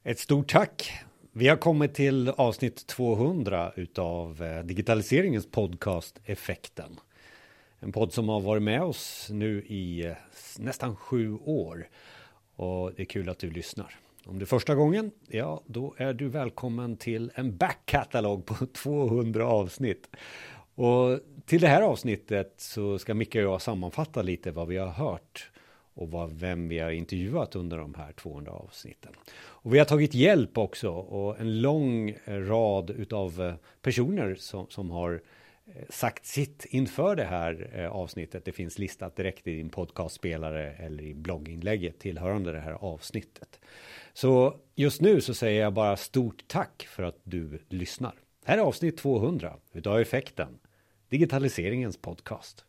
Ett stort tack. Vi har kommit till avsnitt 200 utav digitaliseringens podcast Effekten. En podd som har varit med oss nu i nästan 7 år. Och det är kul att du lyssnar. Om det är första gången, ja då är du välkommen till en backkatalog på 200 avsnitt. Och till det här avsnittet så ska Micke och jag sammanfatta lite vad vi har hört och vem vi har intervjuat under de här 200 avsnitten. Och vi har tagit hjälp också och en lång rad utav personer som har sagt sitt inför det här avsnittet. Det finns listat direkt i din podcastspelare eller i blogginlägget tillhörande det här avsnittet. Så just nu så säger jag bara stort tack för att du lyssnar. Här är avsnitt 200 utav Effekten, digitaliseringens podcast.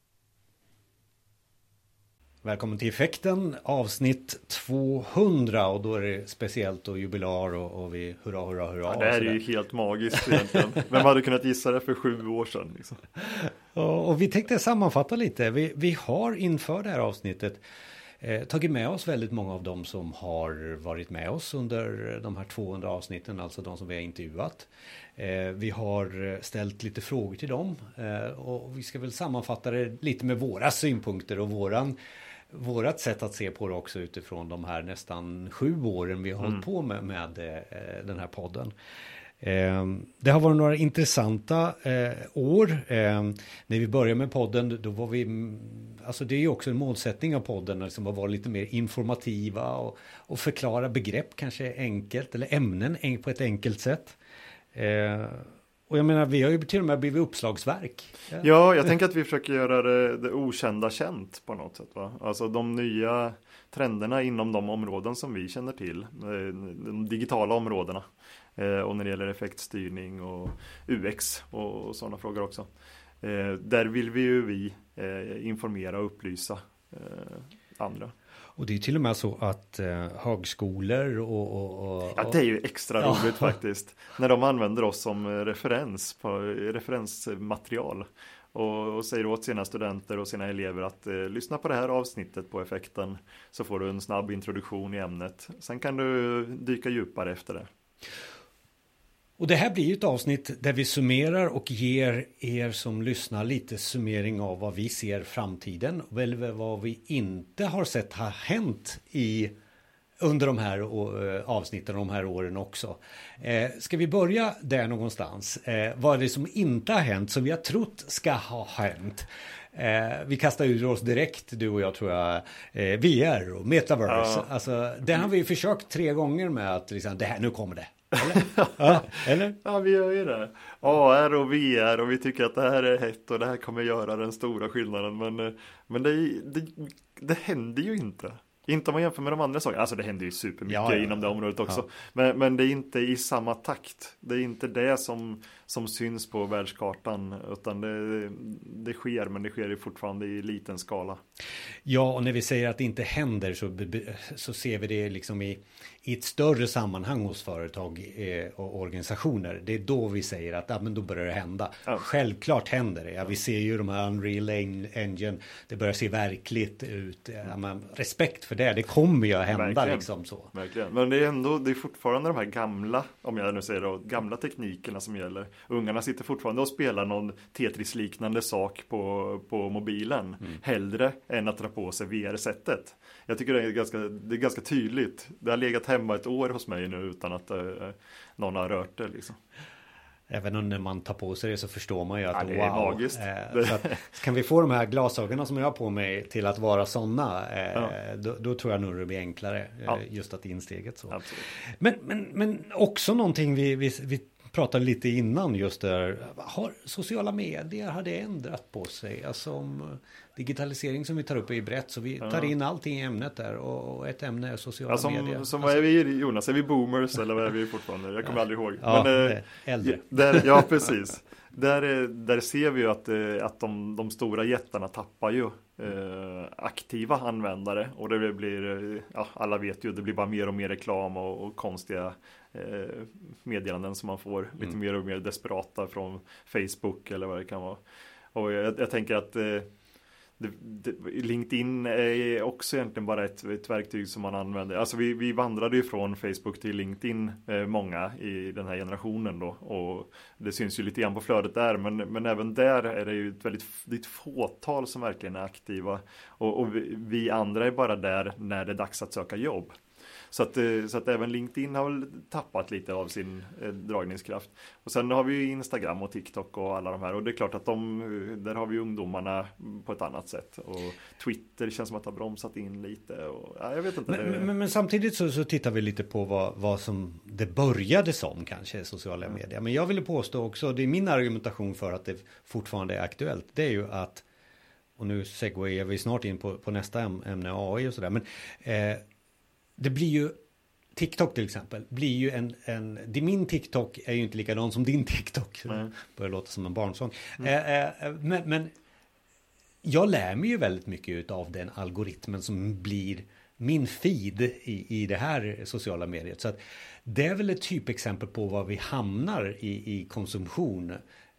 Välkommen till Effekten, avsnitt 200 och då är det speciellt och jubilar och vi hurra. Ja, det här är ju helt magiskt egentligen. Vem hade kunnat gissa det för 7 år sedan? Liksom? Och vi tänkte sammanfatta lite. Vi har inför det här avsnittet tagit med oss väldigt många av dem som har varit med oss under de här 200 avsnitten, alltså de som vi har intervjuat. Vi har ställt lite frågor till dem och vi ska väl sammanfatta det lite med våra synpunkter och vårat sätt att se på det också utifrån de här nästan 7 åren vi har hållit på med den här podden. Det har varit några intressanta år. När vi började med podden då var vi, alltså det är ju också en målsättning av podden liksom att vara lite mer informativa och förklara begrepp kanske enkelt eller ämnen på ett enkelt sätt. Och jag menar, vi har ju till och med blivit uppslagsverk. Ja, jag tänker att vi försöker göra det okända känt på något sätt. Va? Alltså de nya trenderna inom de områden som vi känner till. De digitala områdena. Och när det gäller effektstyrning och UX och sådana frågor också. Där vill vi informera och upplysa andra. Och det är till och med så att högskolor och ja, det är ju extra roligt faktiskt. När de använder oss som referensmaterial. Och säger åt sina studenter och sina elever att lyssna på det här avsnittet på Effekten. Så får du en snabb introduktion i ämnet. Sen kan du dyka djupare efter det. Och det här blir ju ett avsnitt där vi summerar och ger er som lyssnar lite summering av vad vi ser framtiden. Eller vad vi inte har sett har hänt under de här avsnitten, de här åren också. Ska vi börja där någonstans? Vad är det som inte har hänt som vi har trott ska ha hänt? Vi kastar ur oss direkt, du och jag tror jag, VR och metaverse. Ja. Alltså, det har vi försökt 3 gånger med att liksom, det här, nu kommer det. Eller? Ja, eller? Ja, vi gör ju det. AR och VR och vi tycker att det här är hett och det här kommer göra den stora skillnaden. Men det händer ju inte. Inte om man jämför med de andra sakerna. Alltså det händer ju supermycket inom det området också. Ja. Men det är inte i samma takt. Det är inte det som syns på världskartan. Utan det sker, men det sker fortfarande i liten skala. Ja, och när vi säger att det inte händer så ser vi det liksom i ett större sammanhang hos företag och organisationer. Det är då vi säger att men då börjar det hända. Ja. Självklart händer det. Ja, vi ser ju de här Unreal Engine. Det börjar se verkligt ut. Ja, men respekt för det kommer ju att hända. Verkligen. Liksom så. Verkligen. Men det är fortfarande de här gamla, om jag nu säger då, gamla teknikerna som gäller. Ungarna sitter fortfarande och spelar någon Tetris-liknande sak på mobilen. Hellre än att dra på sig VR-sättet. Jag tycker det är ganska tydligt. Det har legat hemma 1 år hos mig nu utan att någon har rört det liksom. Även om när man tar på sig det så förstår man ju att det är magiskt. Så att, kan vi få de här glasögonen som jag har på mig till att vara sådana, då tror jag nog det blir enklare just att insteget så. Men också någonting vi pratade lite innan just där. Har sociala medier, har det ändrat på sig? Alltså om digitalisering som vi tar upp i brett, så vi tar in allting i ämnet där och ett ämne är sociala medier. Vad är vi, Jonas? Är vi boomers eller vad är vi fortfarande? Jag kommer aldrig ihåg. Ja, men, äldre. Ja, precis. Där ser vi ju att de stora jättarna tappar ju aktiva användare och det blir, alla vet ju, det blir bara mer och mer reklam och konstiga meddelanden som man får lite mer och mer desperata från Facebook eller vad det kan vara. Och jag tänker att LinkedIn är också egentligen bara ett verktyg som man använder. Alltså vi vandrade ju från Facebook till LinkedIn, många i den här generationen då, och det syns ju lite grann på flödet där, men även där är det ju ett fåtal som verkligen är aktiva, och vi andra är bara där när det är dags att söka jobb. Så att även LinkedIn har väl tappat lite av sin dragningskraft. Och sen har vi ju Instagram och TikTok och alla de här. Och det är klart att där har vi ungdomarna på ett annat sätt. Och Twitter känns som att det har bromsat in lite. Och, ja, jag vet inte. Men samtidigt så tittar vi lite på vad som det började som kanske sociala medier. Men jag vill påstå också, det är min argumentation för att det fortfarande är aktuellt. Det är ju att, och nu segwayar vi snart in på nästa ämne, AI och sådär. Men det blir ju, TikTok till exempel, blir ju min TikTok är ju inte likadan som din TikTok. Börjar låta som en barnsång. Men jag lär mig ju väldigt mycket av den algoritmen som blir min feed i det här sociala mediet. Så att det är väl ett typexempel på vad vi hamnar i konsumtion.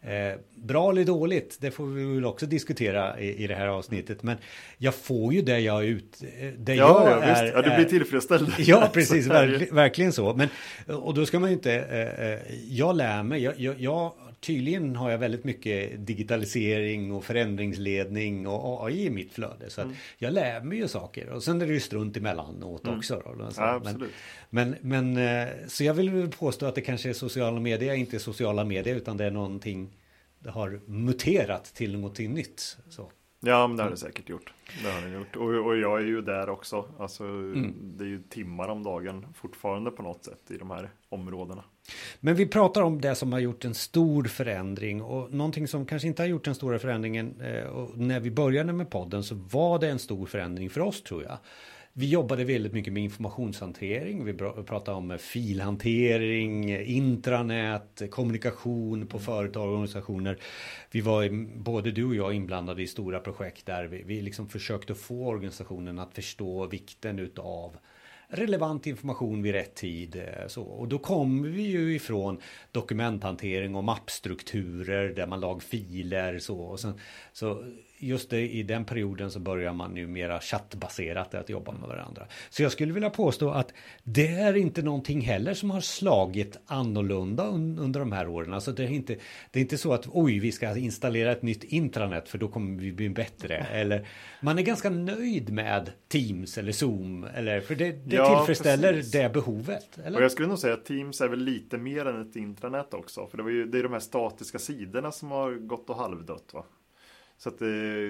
Bra eller dåligt, det får vi väl också diskutera i det här avsnittet, men jag får ju det jag är ute, det jag är, visst. Ja, du blir tillfredsställd. Ja, precis, verkligen så. Men, och då ska man ju inte, jag lär mig, tydligen har jag väldigt mycket digitalisering och förändringsledning och AI i mitt flöde, så att jag lär mig ju saker, och sen är det ju strunt emellanåt också då, så. Ja, absolut. Men så jag vill påstå att det kanske är sociala medier, inte sociala medier, utan det är någonting, det har muterat till någonting nytt. Så. Ja, men det har det säkert gjort. Det har det gjort. Och jag är ju där också. Alltså, det är ju timmar om dagen fortfarande på något sätt i de här områdena. Men vi pratar om det som har gjort en stor förändring, och någonting som kanske inte har gjort den stora förändringen. Och när vi började med podden så var det en stor förändring för oss, tror jag. Vi jobbade väldigt mycket med informationshantering. Vi pratade om filhantering, intranät, kommunikation på företag och organisationer. Vi var, både du och jag, inblandade i stora projekt där vi liksom försökte få organisationen att förstå vikten utav relevant information vid rätt tid. Så. Och då kommer vi ju ifrån dokumenthantering och mappstrukturer där man lag filer. Och sen, så just det, i den perioden så börjar man ju mera chattbaserat att jobba med varandra. Så jag skulle vilja påstå att det är inte någonting heller som har slagit annorlunda under de här åren. Alltså det är inte så att vi ska installera ett nytt intranät för då kommer vi bli bättre. Eller man är ganska nöjd med Teams eller Zoom, eller för det tillfredsställer precis det behovet. Eller? Och jag skulle nog säga att Teams är väl lite mer än ett intranät också. För det är de här statiska sidorna som har gått och halvdött, va? Så att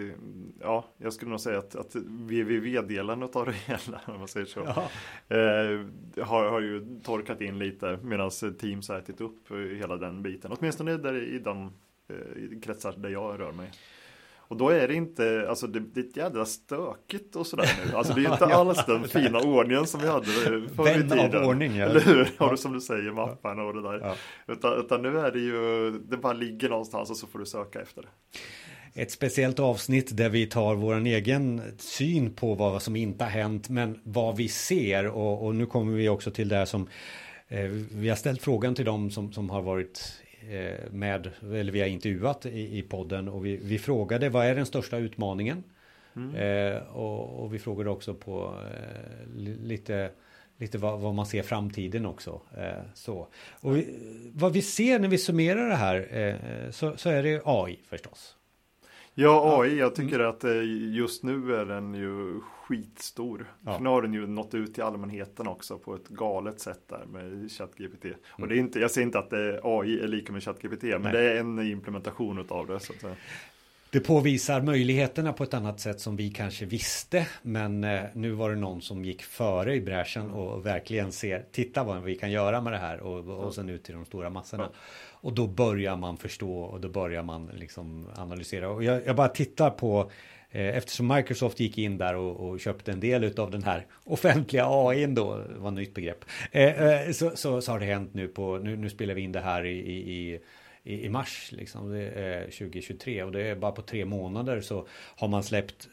jag skulle nog säga att www-delen av det hela, om man säger så, har ju torkat in lite, medan Teams har ätit upp hela den biten. Åtminstone där i de kretsar där jag rör mig. Och då är det inte, alltså det är jävla stökigt och sådär nu. Alltså det är ju inte alls den fina ordningen som vi hade förr i tiden. Av ordning, ja. Eller hur? Har du, som du säger, mapparna och det där. Ja. Utan nu är det ju, det bara ligger någonstans och så får du söka efter det. Ett speciellt avsnitt där vi tar vår egen syn på vad som inte har hänt, men vad vi ser. Och nu kommer vi också till det som vi har ställt frågan till dem som har varit med, eller vi har intervjuat i podden, och vi frågade vad är den största utmaningen, och vi frågade också på lite vad man ser framtiden också. Så. Och vad vi ser när vi summerar det här, så är det AI förstås. Ja, AI, jag tycker att just nu är den ju skitstor. Ja. För nu har den ju nått ut till allmänheten också på ett galet sätt där med ChatGPT. Och det är inte, jag säger inte att AI är lika med ChatGPT, men det är en implementation av det, så att säga. Det påvisar möjligheterna på ett annat sätt som vi kanske visste, men nu var det någon som gick före i bräschen och verkligen titta vad vi kan göra med det här, och sen ut till de stora massorna. Ja. Och då börjar man förstå, och då börjar man liksom analysera. Och jag bara tittar på, eftersom Microsoft gick in där och köpte en del av den här offentliga AI:n då, var ett nytt begrepp, så har det hänt nu spelar vi in det här i mars liksom, 2023, och det är bara på 3 månader så har man släppt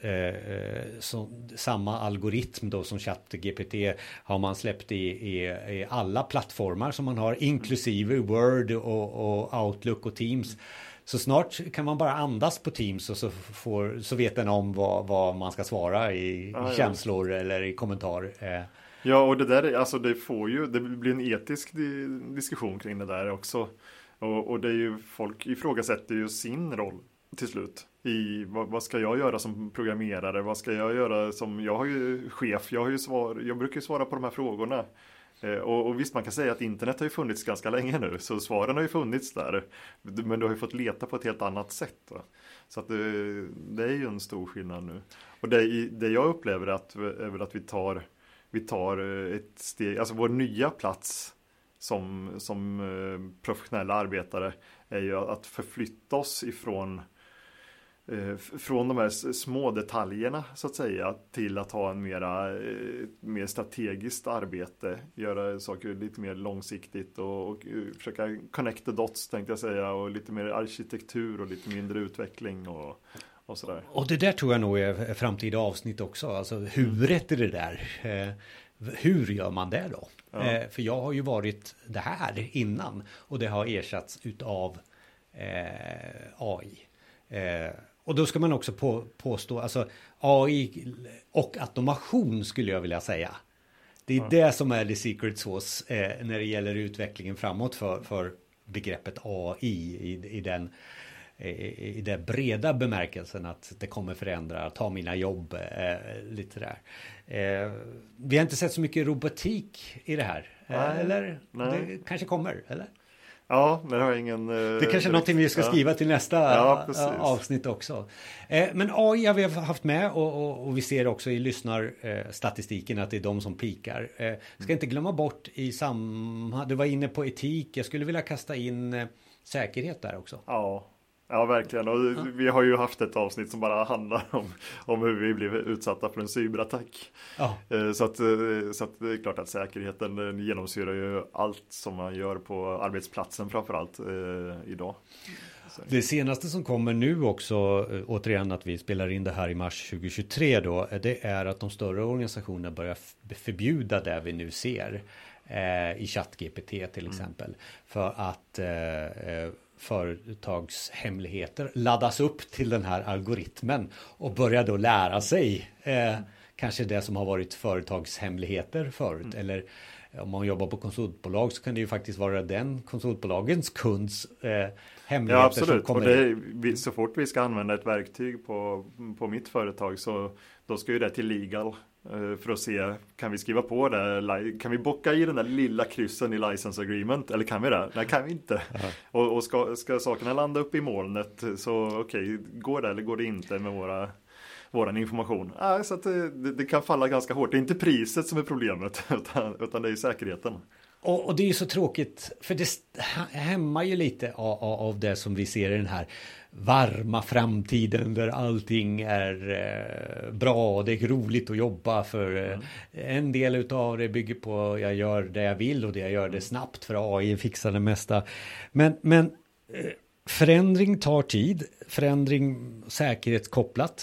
samma algoritm då som ChatGPT har man släppt i alla plattformar som man har, inklusive Word och Outlook och Teams. Så snart kan man bara andas på Teams och så vet den om vad man ska svara i känslor eller i kommentar. Ja, och det där, alltså det blir en etisk diskussion kring det där också. Och det är ju, folk ifrågasätter ju sin roll till slut. Vad ska jag göra som programmerare? Vad ska jag göra jag har ju chef, jag brukar ju svara på de här frågorna. Och visst, man kan säga att internet har ju funnits ganska länge nu, så svaren har ju funnits där, men du har ju fått leta på ett helt annat sätt då. Så att det är ju en stor skillnad nu. Och det jag upplever är väl att vi tar ett steg, alltså vår nya plats som professionella arbetare är ju att förflytta oss från de här små detaljerna så att säga till att ha en mer strategiskt arbete, göra saker lite mer långsiktigt och försöka connect the dots, tänkte jag säga, och lite mer arkitektur och lite mindre utveckling och sådär. Och det där tror jag nog är framtida avsnitt också, alltså huvudet i det där. Hur gör man det då? Ja. För jag har ju varit det här innan och det har ersatts utav AI. Och då ska man också påstå, alltså AI och automation skulle jag vilja säga. Det är det som är the secret sauce när det gäller utvecklingen framåt för begreppet AI i den breda bemärkelsen att det kommer förändra, ta mina jobb, lite där. Vi har inte sett så mycket robotik i det här, eller? Nej. Det kanske kommer, eller? Ja, men har ingen... Det är kanske är någonting vi ska skriva till nästa avsnitt också. Men AI har vi haft med och vi ser också i lyssnarstatistiken att det är de som pikar. Ska inte glömma bort du var inne på etik, jag skulle vilja kasta in säkerhet där också. Ja, verkligen. Och vi har ju haft ett avsnitt som bara handlar om hur vi blev utsatta för en cyberattack. Ja. Så att det är klart att säkerheten genomsyrar ju allt som man gör på arbetsplatsen framförallt idag. Det senaste som kommer nu också, återigen att vi spelar in det här i mars 2023 då, det är att de större organisationerna börjar förbjuda det vi nu ser i ChatGPT till exempel. För att företagshemligheter laddas upp till den här algoritmen och börjar då lära sig kanske det som har varit företagshemligheter förut. Eller om man jobbar på konsultbolag så kan det ju faktiskt vara den konsultbolagens kunds hemligheter. Ja, absolut. Som kommer. Och så fort vi ska använda ett verktyg på mitt företag så då ska ju det till legal för att se, kan vi skriva på det, kan vi bocka i den där lilla kryssen i license agreement, eller kan vi det? Nej, kan vi inte. Och ska sakerna landa upp i molnet så okej, går det eller går det inte med våran information? Så att det kan falla ganska hårt. Det är inte priset som är problemet utan det är säkerheten. Och det är ju så tråkigt, för det hämmar ju lite av det som vi ser i den här varma framtiden där allting är bra och det är roligt att jobba för en del utav det bygger på jag gör det jag vill och det jag gör det snabbt för AI fixar det mesta. Men förändring tar tid, förändring säkerhetskopplat,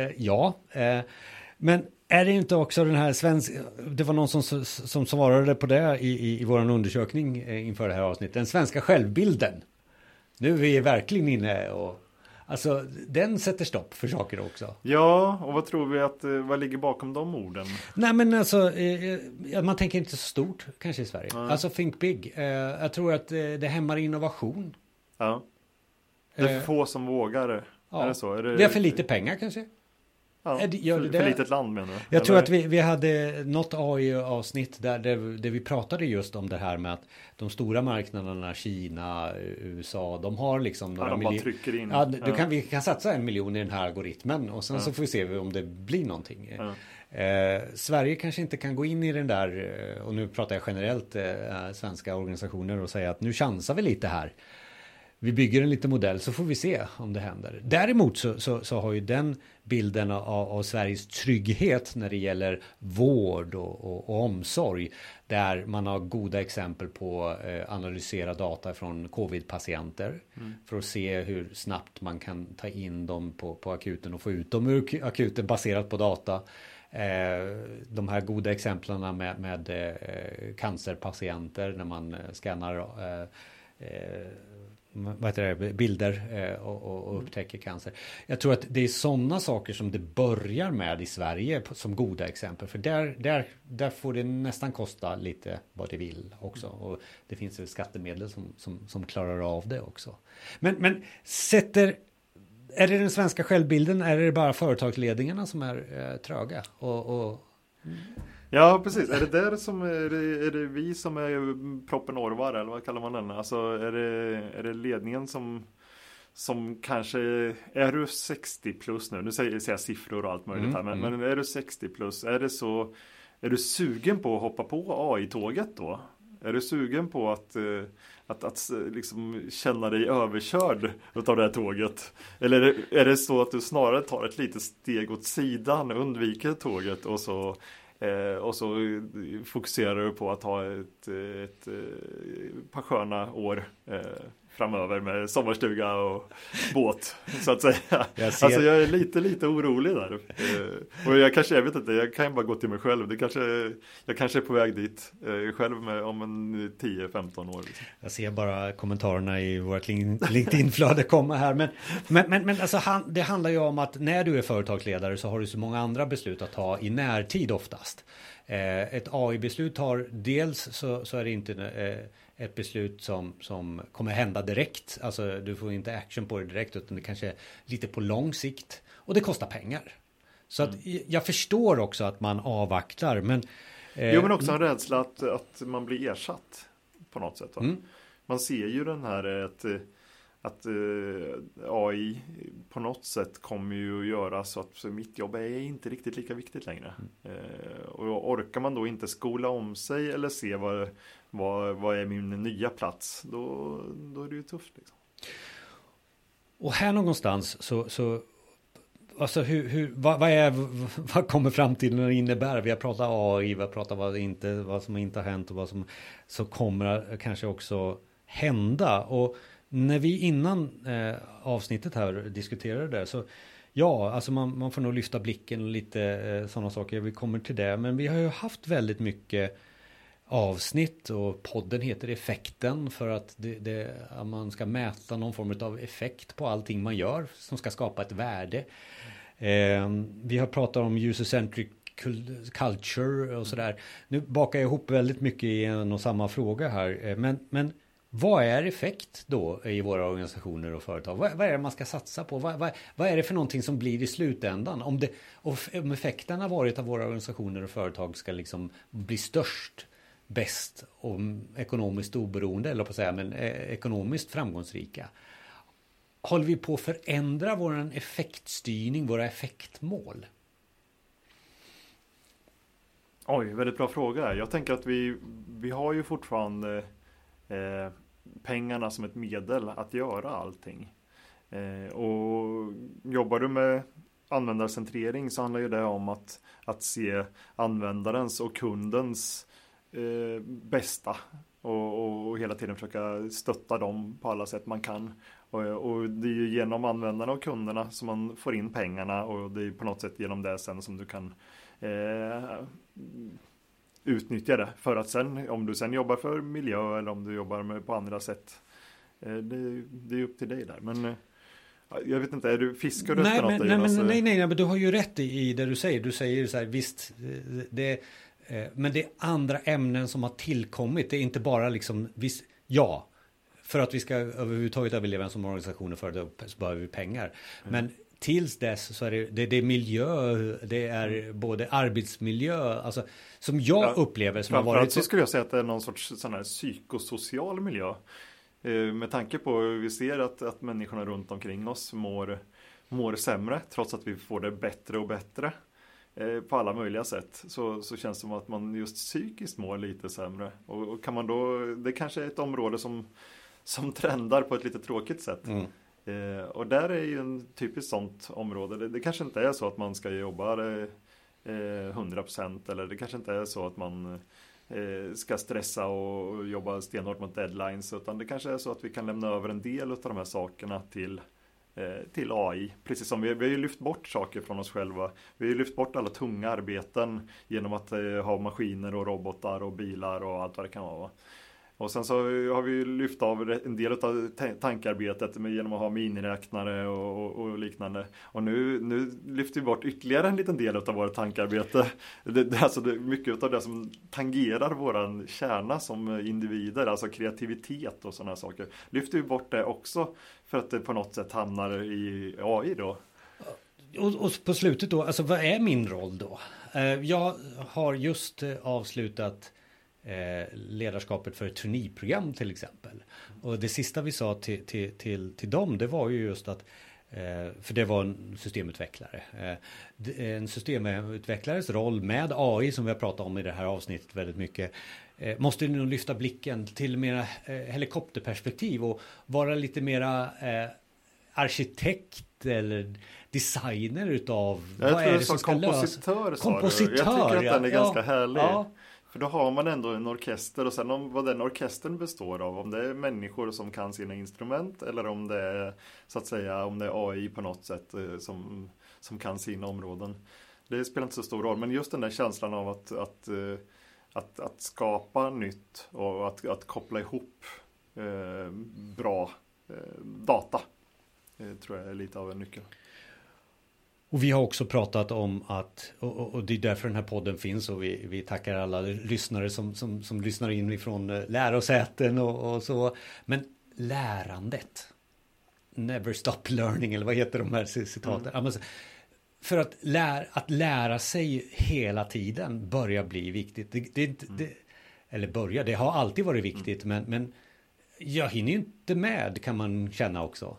men är det inte också den här det var någon som svarade på det i våran undersökning inför det här avsnittet, den svenska självbilden. Nu är vi verkligen inne och alltså den sätter stopp för saker också. Ja, och vad tror vi vad ligger bakom de orden? Nej, men alltså man tänker inte så stort kanske i Sverige. Alltså think big. Jag tror att det hämmar innovation. Ja. Det är få som vågar. Ja. Är det så? Vi har för lite pengar kanske. Ja, för litet land menar du? Jag tror att vi hade något AI-avsnitt där vi pratade just om det här med att de stora marknaderna, Kina, USA, de har liksom några miljoner. Trycker in. Ja, vi kan satsa 1 miljon i den här algoritmen och sen så får vi se om det blir någonting. Sverige kanske inte kan gå in i den där, och nu pratar jag generellt svenska organisationer och säga att nu chansar vi lite här. Vi bygger en liten modell så får vi se om det händer. Däremot så har ju den bilden av Sveriges trygghet när det gäller vård och omsorg, där man har goda exempel på analysera data från covid-patienter för att se hur snabbt man kan ta in dem på akuten och få ut dem ur akuten baserat på data. De här goda exemplen med cancerpatienter när man scannar vad heter det, bilder och upptäcker cancer. Jag tror att det är sådana saker som det börjar med i Sverige som goda exempel. För där får det nästan kosta lite vad det vill också. Och det finns ju skattemedel som klarar av det också. Men är det den svenska självbilden? Är det bara företagsledningarna som är tröga? Ja, precis. Är det där som är det vi som är proppen orvar, eller vad kallar man den? Alltså är det ledningen som kanske är du 60 plus nu säger jag siffror och allt möjligt här, men är du 60 plus, är du sugen på att hoppa på AI-tåget då? Är du sugen på att liksom känna dig överkörd utav det här tåget? Eller är det så att du snarare tar ett litet steg åt sidan, undviker tåget och så fokuserar du på att ha ett par sköna år framöver med sommarstuga och båt, så att säga. Alltså jag är lite orolig där. Och jag vet inte, jag kan bara gå till mig själv. Jag kanske är på väg dit själv om en 10-15 år. Liksom. Jag ser bara kommentarerna i vårt LinkedIn-flöde komma här. Men alltså, det handlar ju om att när du är företagsledare så har du så många andra beslut att ta i närtid oftast. Ett AI-beslut har dels så är det inte ett beslut som kommer hända direkt. Alltså du får inte action på det direkt, utan det kanske är lite på lång sikt. Och det kostar pengar. Så att jag förstår också att man avvaktar. Men också en rädsla att man blir ersatt på något sätt. Va? Man ser ju den här att AI på något sätt kommer ju att göra så att mitt jobb är inte riktigt lika viktigt längre. Och orkar man då inte skola om sig eller se vad är min nya plats, då är det ju tufft. Liksom. Och här någonstans så alltså vad kommer framtiden att innebära? Vi har pratat AI, vi har pratat vad som inte har hänt och vad som så kommer kanske också hända. Och när vi innan avsnittet här diskuterade det, så ja, alltså man får nog lyfta blicken och lite sådana saker. Vi kommer till det, men vi har ju haft väldigt mycket avsnitt och podden heter Effekten för att man ska mäta någon form av effekt på allting man gör som ska skapa ett värde. Vi har pratat om user-centric culture och sådär. Nu bakar jag ihop väldigt mycket i en och samma fråga här. Men vad är effekt då i våra organisationer och företag? Vad är det man ska satsa på? Vad är det för någonting som blir i slutändan? Om effekten har varit att våra organisationer och företag ska liksom bli störst, bäst och ekonomiskt oberoende, eller på att säga, men ekonomiskt framgångsrika. Håller vi på att förändra vår effektstyrning, våra effektmål? Oj, väldigt bra fråga. Jag tänker att vi har ju fortfarande pengarna som ett medel att göra allting. Och jobbar du med användarcentrering så handlar ju det om att se användarens och kundens bästa och hela tiden försöka stötta dem på alla sätt man kan. Och det är ju genom användarna och kunderna som man får in pengarna, och det är på något sätt genom det sen som du kan utnyttja det för att sen, om du sen jobbar för miljö eller om du jobbar på andra sätt, det är upp till dig där. Men jag vet inte, är du fiskar du efter något? Nej, men du har ju rätt i det du säger. Du säger så här, visst, men det är andra ämnen som har tillkommit. Det är inte bara liksom, visst, ja, för att vi ska överhuvudtaget överleva som organisation för så behöver vi pengar. Men tills dess så är det är miljö, det är både arbetsmiljö, alltså som jag upplever som har varit. Så skulle jag säga att det är någon sorts sån här psykosocial miljö. Med tanke på hur vi ser att människorna runt omkring oss mår sämre, trots att vi får det bättre och bättre på alla möjliga sätt, så känns det som att man just psykiskt mår lite sämre. Och kan man då, det kanske är ett område som trendar på ett lite tråkigt sätt. Och där är ju en typiskt sånt område. Det kanske inte är så att man ska jobba 100%, eller det kanske inte är så att man ska stressa och jobba stenhårt mot deadlines, utan det kanske är så att vi kan lämna över en del av de här sakerna till AI. Precis som vi har ju lyft bort saker från oss själva. Vi har ju lyft bort alla tunga arbeten genom att ha maskiner och robotar och bilar och allt vad det kan vara. Och sen så har vi lyft av en del av tankarbetet genom att ha miniräknare och liknande. Och nu lyfter vi bort ytterligare en liten del av vårt tankarbete. Alltså mycket av det som tangerar våran kärna som individer, alltså kreativitet och sådana saker. Lyfter vi bort det också för att det på något sätt hamnar i AI då. Och på slutet då, alltså vad är min roll då? Jag har just avslutat ledarskapet för ett traineeprogram till exempel. Och det sista vi sa till dem, det var ju just att för det var en systemutvecklare. En systemutvecklarens roll med AI som vi har pratat om i det här avsnittet väldigt mycket måste nog lyfta blicken till mera helikopterperspektiv och vara lite mera arkitekt eller designer utav vad är det som ska lösa? Kompositör. Jag tycker att den är ganska härlig. Ja. För då har man ändå en orkester och sen om vad den orkestern består av, om det är människor som kan sina instrument eller om det är så att säga om det är AI på något sätt som kan sina områden. Det spelar inte så stor roll, men just den där känslan av att skapa nytt och att koppla ihop bra data tror jag är lite av en nyckel. Och vi har också pratat om att, och det är därför den här podden finns och vi tackar alla lyssnare som lyssnar in ifrån lärosäten och så. Men lärandet, never stop learning, eller vad heter de här citaten? För att lära sig hela tiden börjar bli viktigt. Det har alltid varit viktigt, men jag hinner ju inte med kan man känna också.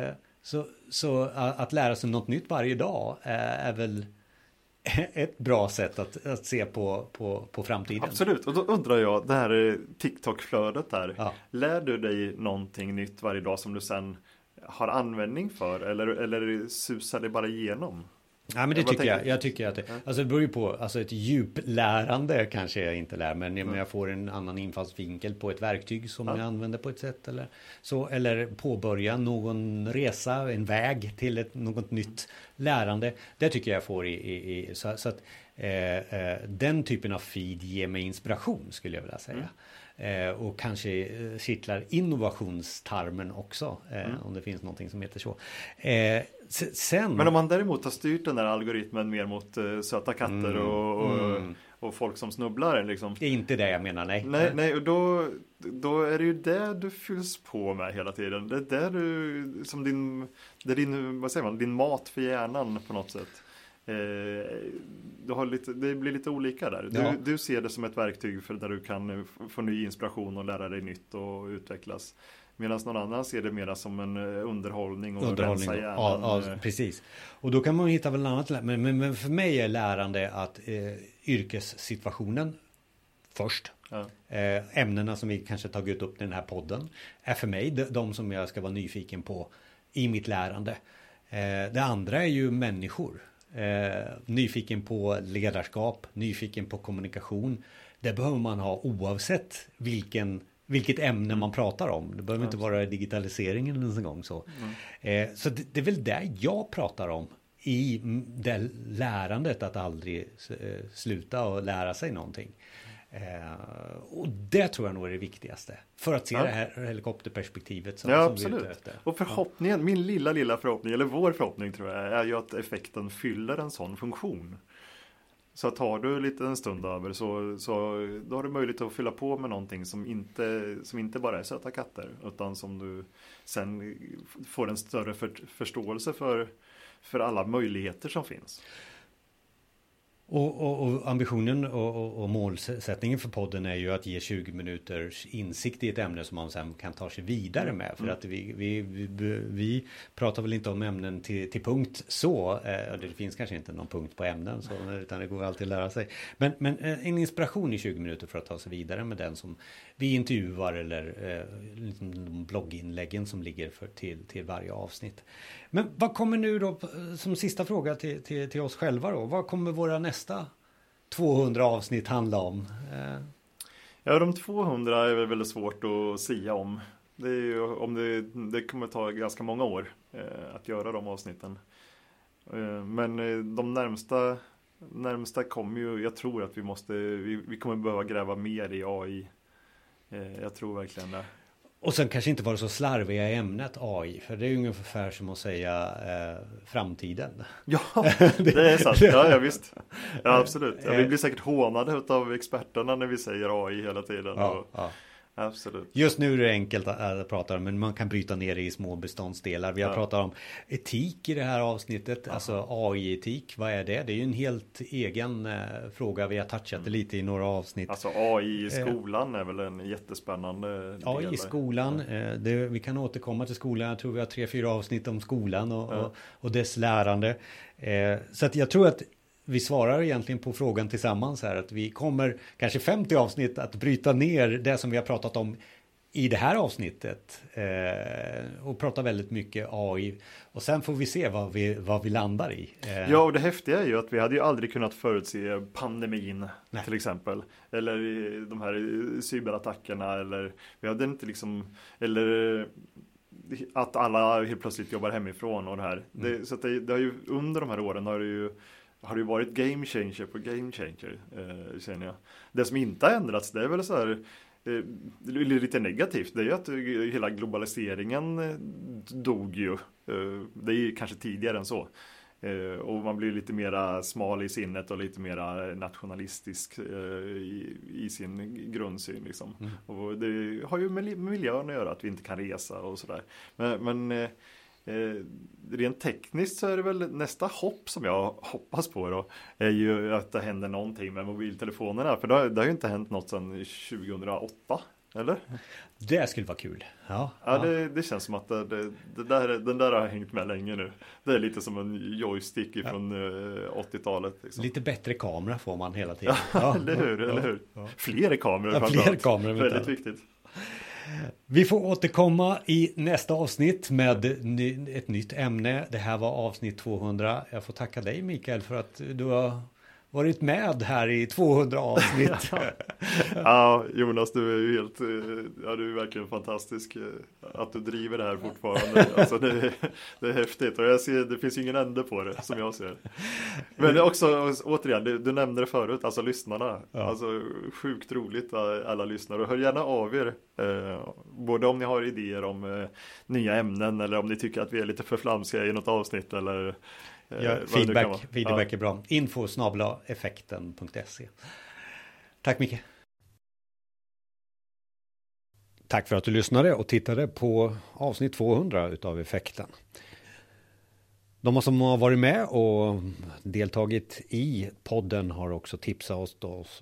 Så att lära sig något nytt varje dag är väl ett bra sätt att se på framtiden. Absolut, och då undrar jag, det här TikTok-flödet där. Ja. Lär du dig någonting nytt varje dag som du sen har användning för? Eller susar det bara igenom? Ja, men det tycker jag. Jag tycker att det beror ju på, alltså ett djuplärande kanske jag inte lär, men jag får en annan infallsvinkel på ett verktyg som jag använder på ett sätt eller påbörja någon resa, en väg till något nytt lärande. Det tycker jag får så att den typen av feed ger mig inspiration skulle jag vilja säga. Och kanske kittlar innovationstarmen också om det finns någonting som heter så. Men om man däremot har styrt den där algoritmen mer mot söta katter och folk som snubblar liksom. Det är inte det jag menar, nej. Nej, och då är det ju det du fylls på med hela tiden. Det är där du som din mat för hjärnan på något sätt. Det blir lite olika där. Du ser det som ett verktyg för där du kan få ny inspiration och lära dig nytt och utvecklas. Medan någon annan ser det mer som en underhållning och rensa hjärnan. Ja, precis. Och då kan man hitta väl annat. Men för mig är lärande att yrkessituationen först. Ja. Ämnena som vi kanske tagit upp i den här podden är för mig de som jag ska vara nyfiken på i mitt lärande. Det andra är ju människor. Nyfiken på ledarskap, nyfiken på kommunikation. Det behöver man ha oavsett vilket ämne man pratar om. Det behöver inte vara digitaliseringen ens en gång så. Så det är väl det jag pratar om i det lärandet, att aldrig sluta och lära sig någonting. Och det tror jag nog är det viktigaste för att se det här helikopterperspektivet som absolut. Vi är ute efter. Och förhoppningen, min lilla förhoppning, eller vår förhoppning tror jag, är ju att effekten fyller en sån funktion. Så tar du lite en stund över så då har du möjlighet att fylla på med någonting som inte bara är söta katter, utan som du sen får en större förståelse för alla möjligheter som finns. Och ambitionen och målsättningen för podden är ju att ge 20 minuters insikt i ett ämne som man sen kan ta sig vidare med. För att vi pratar väl inte om ämnen till punkt så. Det finns kanske inte någon punkt på ämnen så, utan det går alltid att lära sig. Men en inspiration i 20 minuter för att ta sig vidare med den som vi intervjuar eller de blogginläggen som ligger till varje avsnitt. Men vad kommer nu då som sista fråga till oss själva då? Vad kommer våra nästa 200 avsnitt handla om? Ja, de 200 är väl väldigt svårt att sia om. Det är ju, det kommer ta ganska många år att göra de avsnitten. Men de närmsta kommer ju, jag tror att vi kommer behöva gräva mer i AI Jag tror verkligen det. Och sen kanske inte vara så slarviga i ämnet AI. För det är ju ungefär som att säga framtiden. Ja, det är sant. Ja, visst. Ja, absolut. Ja, vi blir säkert hånade av experterna när vi säger AI hela tiden. Ja, Absolut. Just nu är det enkelt att prata om, men man kan bryta ner det i små beståndsdelar. Vi har pratat om etik i det här avsnittet, alltså AI-etik. Vad är det? Det är ju en helt egen fråga. Vi har touchat det lite i några avsnitt. Alltså AI i skolan är väl en jättespännande del. AI i skolan, vi kan återkomma till skolan. Jag tror vi har 3-4 avsnitt om skolan och dess lärande. Så att jag tror att vi svarar egentligen på frågan tillsammans här, att vi kommer kanske 50 avsnitt att bryta ner det som vi har pratat om i det här avsnittet och prata väldigt mycket AI, och sen får vi se vad vi landar i. Ja, och det häftiga är ju att vi hade ju aldrig kunnat förutse pandemin till exempel, eller de här cyberattackerna, eller vi hade inte eller att alla helt plötsligt jobbar hemifrån och det här. Så att det har ju under de här åren har det ju varit game changer på game changer, känner jag. Det som inte har ändrats, det är väl så här lite negativt. Det är ju att hela globaliseringen dog ju. Det är ju kanske tidigare än så. Och man blir lite mera smal i sinnet och lite mera nationalistisk i sin grundsyn liksom. Och det har ju med miljön att göra, att vi inte kan resa och sådär. Men rent tekniskt så är det väl nästa hopp som jag hoppas på då, är ju att det händer någonting med mobiltelefonerna, för det har ju inte hänt något sedan 2008, eller? Det skulle vara kul. Ja. Det känns som att den där har hängt med länge nu. Det är lite som en joystick från 80-talet liksom. Lite bättre kamera får man hela tiden. Eller hur? Ja. Fler kameror. Fler kameror. Väldigt viktigt. Vi får återkomma i nästa avsnitt med ett nytt ämne. Det här var avsnitt 200. Jag får tacka dig, Mikael, för att du har varit med här i 200 avsnitt. Ja, Jonas, du är ju du är verkligen fantastisk att du driver det här fortfarande. Alltså det är häftigt, och jag ser, det finns ju ingen ände på det som jag ser. Men också, återigen, du nämnde det förut, alltså lyssnarna. Ja. Alltså sjukt roligt alla lyssnare, och hör gärna av er. Både om ni har idéer om nya ämnen, eller om ni tycker att vi är lite för flamsiga i något avsnitt, eller feedback är bra. info@effekten.se. Tack Micke. Tack för att du lyssnade och tittade på avsnitt 200 utav Effekten. De som har varit med och deltagit i podden har också tipsat oss.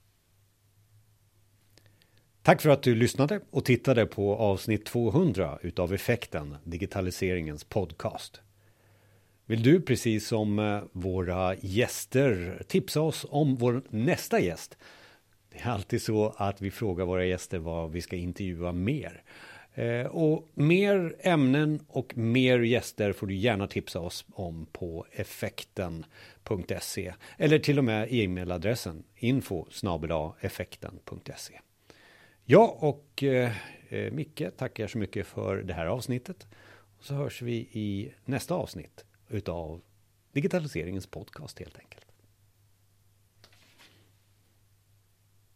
Tack för att du lyssnade och tittade på avsnitt 200 utav Effekten, digitaliseringens podcast. Vill du, precis som våra gäster, tipsa oss om vår nästa gäst? Det är alltid så att vi frågar våra gäster vad vi ska intervjua mer. Och mer ämnen och mer gäster får du gärna tipsa oss om på effekten.se. Eller till och med e-mailadressen info@effekten.se. Jag och Micke tackar så mycket för det här avsnittet. Och så hörs vi i nästa avsnitt utav digitaliseringens podcast helt enkelt.